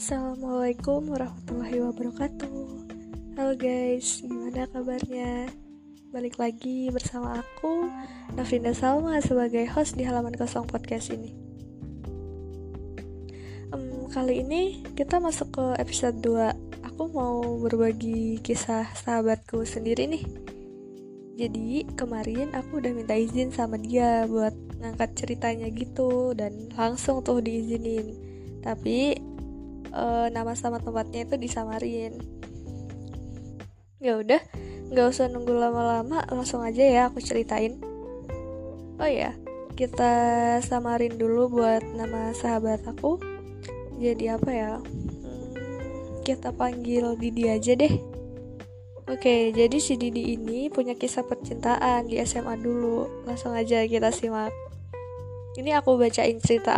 Assalamualaikum warahmatullahi wabarakatuh. Halo guys, gimana kabarnya? Balik lagi bersama aku, Navinda Salma, sebagai host di halaman kosong podcast ini. Kali ini kita masuk ke episode 2. Aku mau berbagi kisah sahabatku sendiri nih. Jadi kemarin aku udah minta izin sama dia buat ngangkat ceritanya gitu, dan langsung tuh diizinin. Tapi nama sama tempatnya itu disamarin. Ya udah, nggak usah nunggu lama-lama, langsung aja ya aku ceritain. Oh ya, kita samarin dulu buat nama sahabat aku. Jadi apa ya? Kita panggil Didi aja deh. Oke, jadi si Didi ini punya kisah percintaan di SMA dulu. Langsung aja kita simak. Ini aku bacain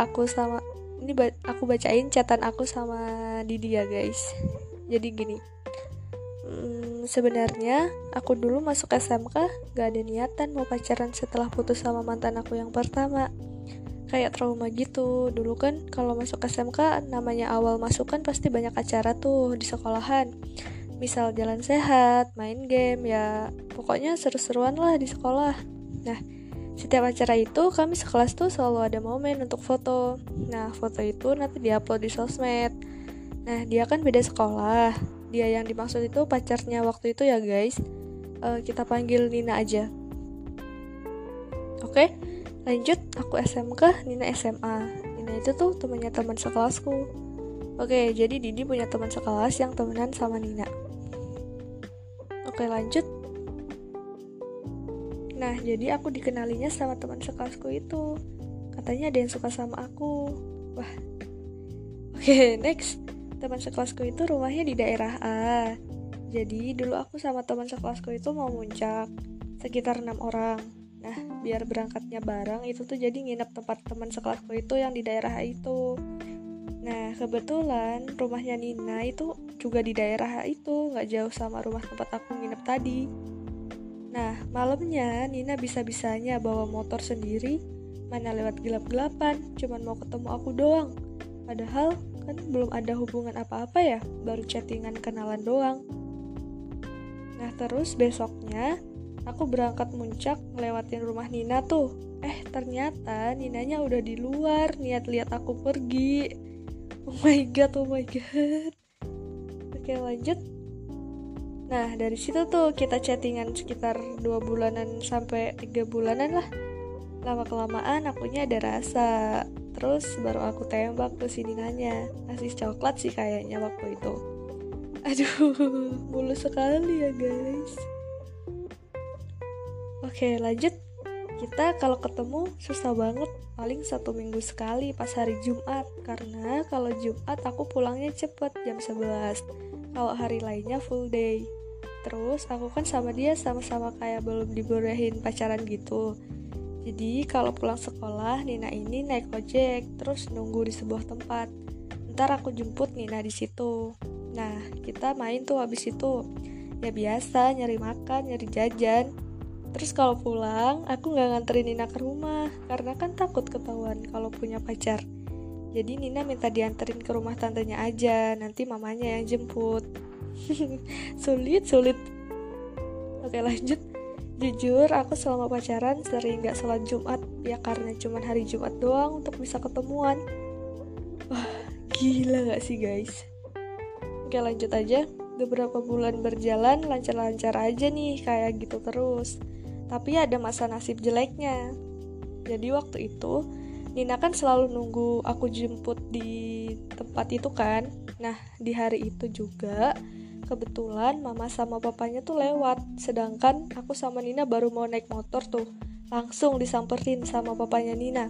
aku bacain chatan aku sama Didi ya guys. Jadi gini, sebenarnya aku dulu masuk SMK gak ada niatan mau pacaran setelah putus sama mantan aku yang pertama. Kayak trauma gitu. Dulu kan kalau masuk SMK, namanya awal masuk kan pasti banyak acara tuh di sekolahan. Misal jalan sehat, main game, ya pokoknya seru-seruan lah di sekolah. Nah, setiap acara itu kami sekelas tuh selalu ada momen untuk foto. Nah, foto itu nanti diupload di sosmed. Nah, dia kan beda sekolah. Dia yang dimaksud itu pacarnya waktu itu ya guys. Kita panggil Nina aja. Oke, lanjut. Aku SMK, Nina SMA. Nina itu tuh temannya teman sekelasku. Oke, jadi Didi punya teman sekelas yang temenan sama Nina. Oke, lanjut. Nah, jadi aku dikenalinya sama teman sekelasku itu. Katanya ada yang suka sama aku. Wah. Oke, next. Teman sekelasku itu rumahnya di daerah A. Jadi dulu aku sama teman sekelasku itu mau muncak, sekitar 6 orang. Nah, biar berangkatnya bareng itu tuh jadi nginep tempat teman sekelasku itu yang di daerah A itu. Nah, kebetulan rumahnya Nina itu juga di daerah A itu, gak jauh sama rumah tempat aku nginep tadi. Nah, malamnya Nina bisa-bisanya bawa motor sendiri, mana lewat gelap-gelapan, cuman mau ketemu aku doang. Padahal kan belum ada hubungan apa-apa ya, baru chattingan kenalan doang. Nah, terus besoknya aku berangkat muncak ngelewatin rumah Nina tuh. Ternyata Ninanya udah di luar, niat lihat aku pergi. Oh my god. Oke, lanjut. Nah, dari situ tuh kita chattingan sekitar 2 bulanan sampai 3 bulanan lah. Lama-kelamaan akunya ada rasa. Terus baru aku tembak tuh si Ninanya. Ngasih coklat sih kayaknya waktu itu. Aduh, mulus sekali ya guys. Oke, lanjut. Kita kalau ketemu susah banget. Paling 1 minggu sekali pas hari Jumat. Karena kalau Jumat aku pulangnya cepet jam 11. Kalau hari lainnya full day. Terus aku kan sama dia sama-sama kayak belum dibolehin pacaran gitu. Jadi kalau pulang sekolah, Nina ini naik ojek, terus nunggu di sebuah tempat. Ntar aku jemput Nina di situ. Nah, kita main tuh habis itu. Ya biasa, nyari makan, nyari jajan. Terus kalau pulang, aku gak nganterin Nina ke rumah, karena kan takut ketahuan kalau punya pacar. Jadi Nina minta dianterin ke rumah tantenya aja, nanti mamanya yang jemput. Sulit. Oke, lanjut. Jujur aku selama pacaran sering gak sholat Jumat, ya karena cuma hari Jumat doang untuk bisa ketemuan. Wah, gila gak sih guys? Oke, lanjut aja. Beberapa bulan berjalan lancar-lancar aja nih, kayak gitu terus. Tapi ada masa nasib jeleknya. Jadi waktu itu Nina kan selalu nunggu aku jemput di tempat itu kan. Nah, di hari itu juga kebetulan mama sama papanya tuh lewat, sedangkan aku sama Nina baru mau naik motor tuh. Langsung disamperin sama papanya Nina.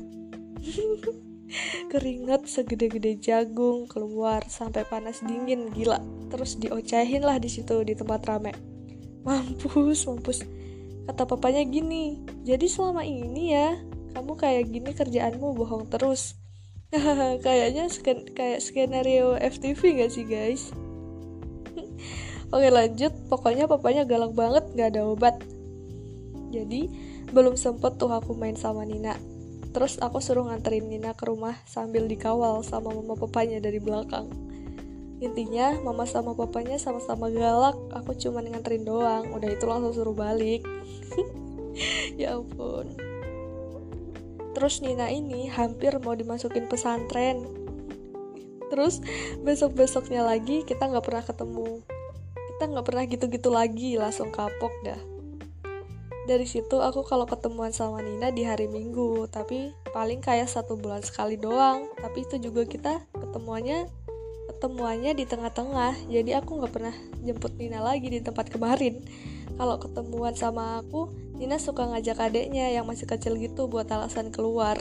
Keringet segede-gede jagung keluar sampai panas dingin, gila. Terus diocehin lah di situ di tempat rame. Mampus. Kata papanya gini, jadi selama ini ya kamu kayak gini kerjaanmu bohong terus. Kayaknya kayak skenario FTV gak sih guys? Oke, lanjut. Pokoknya papanya galak banget, gak ada obat. Jadi belum sempet tuh aku main sama Nina. Terus aku suruh nganterin Nina ke rumah sambil dikawal sama mama papanya dari belakang. Intinya mama sama papanya sama-sama galak, aku cuma nganterin doang, udah itu langsung suruh balik. Ya ampun. Terus Nina ini hampir mau dimasukin pesantren. Terus besok-besoknya lagi kita gak pernah ketemu, kita gak pernah gitu-gitu lagi, langsung kapok dah. Dari situ aku kalau ketemuan sama Nina di hari Minggu, tapi paling kayak 1 bulan sekali doang. Tapi itu juga kita ketemuannya di tengah-tengah, jadi aku gak pernah jemput Nina lagi di tempat kemarin. Kalau ketemuan sama aku, Nina suka ngajak adeknya yang masih kecil gitu buat alasan keluar.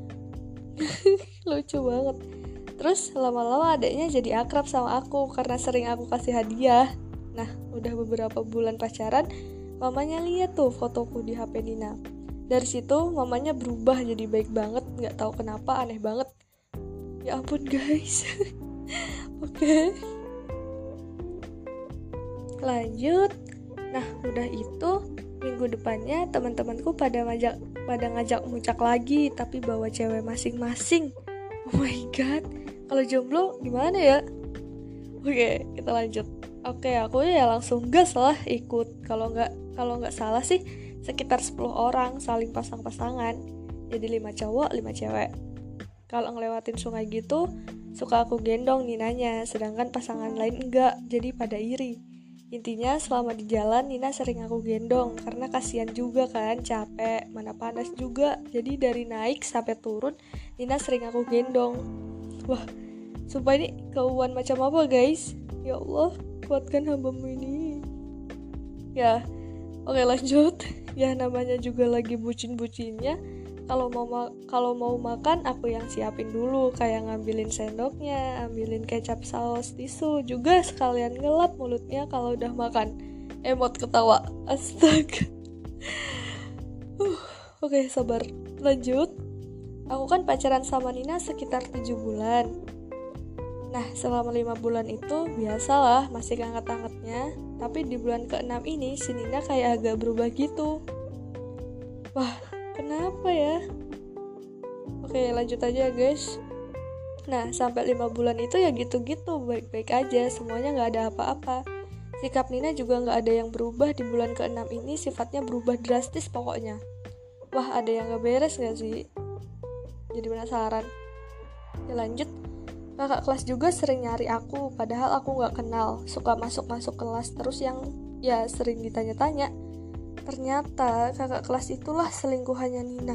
Lucu banget. Terus lama-lama adeknya jadi akrab sama aku karena sering aku kasih hadiah. Nah, udah beberapa bulan pacaran, mamanya lihat tuh fotoku di HP Nina. Dari situ mamanya berubah jadi baik banget, gak tahu kenapa, aneh banget. Ya ampun guys. Oke. Lanjut. Nah, udah itu minggu depannya teman-temanku pada ngajak muncak lagi, tapi bawa cewek masing-masing. Oh my god. Kalau jomblo gimana ya? Oke, kita lanjut. Oke, aku ya langsung gas lah ikut. Kalau nggak salah sih sekitar 10 orang saling pasang-pasangan. Jadi 5 cowok, 5 cewek. Kalau ngelewatin sungai gitu, suka aku gendong Ninanya, sedangkan pasangan lain enggak, jadi pada iri. Intinya selama di jalan Nina sering aku gendong, karena kasihan juga kan, capek, mana panas juga. Jadi dari naik sampai turun, Nina sering aku gendong. Wah, sumpah ini keuuan macam apa guys? Ya Allah, kuatkan hamba-Mu ini. Ya, oke lanjut. Ya namanya juga lagi bucin-bucinnya. Kalau mau makan aku yang siapin dulu, kayak ngambilin sendoknya, ambilin kecap, saus, tisu, juga sekalian ngelap mulutnya kalau udah makan. Emot ketawa. Astaga. Oke, sabar. Lanjut. Aku kan pacaran sama Nina sekitar 7 bulan. Nah, selama 5 bulan itu biasalah masih hangat-hangatnya, tapi di bulan ke-6 ini si Nina kayak agak berubah gitu. Wah, kenapa ya? Oke, lanjut aja guys. Nah, sampai 5 bulan itu ya gitu-gitu, baik-baik aja, semuanya gak ada apa-apa. Sikap Nina juga gak ada yang berubah. Di bulan ke-6 ini sifatnya berubah drastis pokoknya. Wah, ada yang gak beres gak sih? Jadi penasaran. Ya lanjut. Kakak kelas juga sering nyari aku, padahal aku gak kenal. Suka masuk-masuk kelas terus yang ya sering ditanya-tanya. Ternyata kakak kelas itulah selingkuhannya Nina.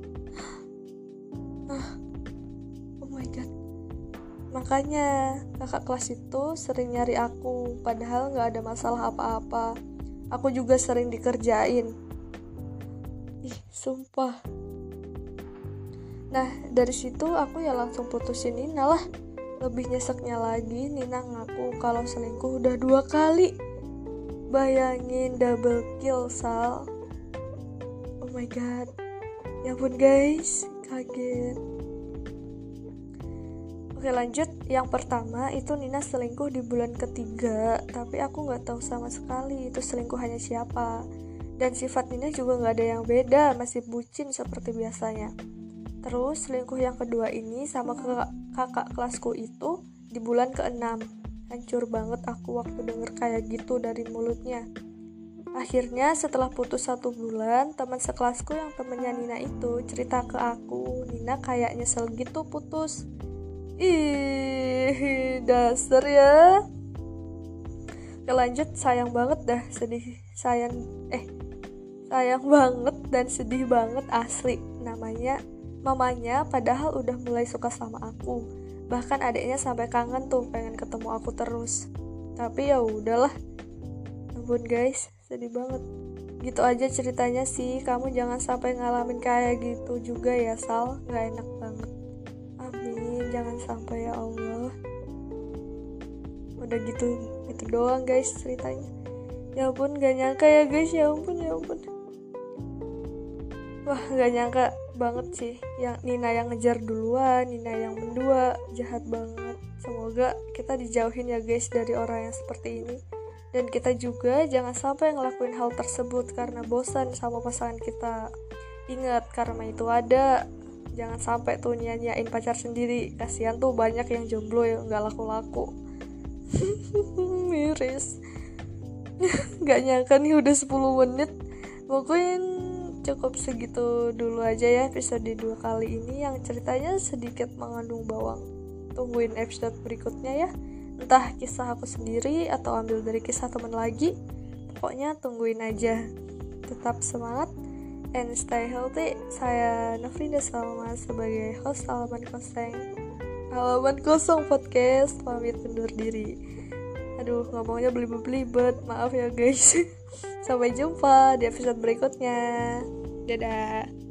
Oh my god. Makanya kakak kelas itu sering nyari aku, padahal gak ada masalah apa-apa. Aku juga sering dikerjain. Ih, sumpah. Nah, dari situ aku ya langsung putusin Nina lah. Lebih nyeseknya lagi, Nina ngaku kalau selingkuh udah 2 kali. Bayangin, double kill, Sal. Oh my god. Ya ampun guys, kaget. Oke lanjut. Yang pertama itu Nina selingkuh di bulan ketiga, tapi aku gak tahu sama sekali itu selingkuhannya siapa. Dan sifat Nina juga gak ada yang beda, masih bucin seperti biasanya. Terus selingkuh yang kedua ini sama kakak kelasku itu di bulan ke-6. Hancur banget aku waktu denger kayak gitu dari mulutnya. Akhirnya setelah putus 1 bulan, teman sekelasku yang temennya Nina itu cerita ke aku, Nina kayak nyesel gitu putus. Ih, dasar ya. Kelanjut, sayang banget dah, sayang banget dan sedih banget asli. Mamanya padahal udah mulai suka sama aku. Bahkan adiknya sampai kangen tuh pengen ketemu aku terus. Tapi ya udahlah. Ampun guys, sedih banget. Gitu aja ceritanya sih. Kamu jangan sampai ngalamin kayak gitu juga ya, Sal. Gak enak banget. Amin, jangan sampai ya Allah. Udah gitu doang guys ceritanya. Ya ampun, gak nyangka ya guys. Ya ampun. Wah, gak nyangka banget sih yang Nina yang ngejar duluan, Nina yang mendua. Jahat banget. Semoga kita dijauhin ya guys dari orang yang seperti ini. Dan kita juga jangan sampai ngelakuin hal tersebut karena bosan sama pasangan kita. Ingat, karma itu ada. Jangan sampai tuh nyanyain pacar sendiri. Kasihan tuh banyak yang jomblo yang gak laku-laku. Miris. Gak nyangka nih udah 10 menit. Mungkin cukup segitu dulu aja ya episode 2 kali ini yang ceritanya sedikit mengandung bawang. Tungguin episode berikutnya ya. Entah kisah aku sendiri atau ambil dari kisah teman lagi. Pokoknya tungguin aja. Tetap semangat and stay healthy. Saya Nofrinda Salma sebagai host Halaman Kosong Podcast pamit undur diri. Aduh, ngomongnya belibet-belibet, maaf ya guys. Sampai jumpa di episode berikutnya. Dadah.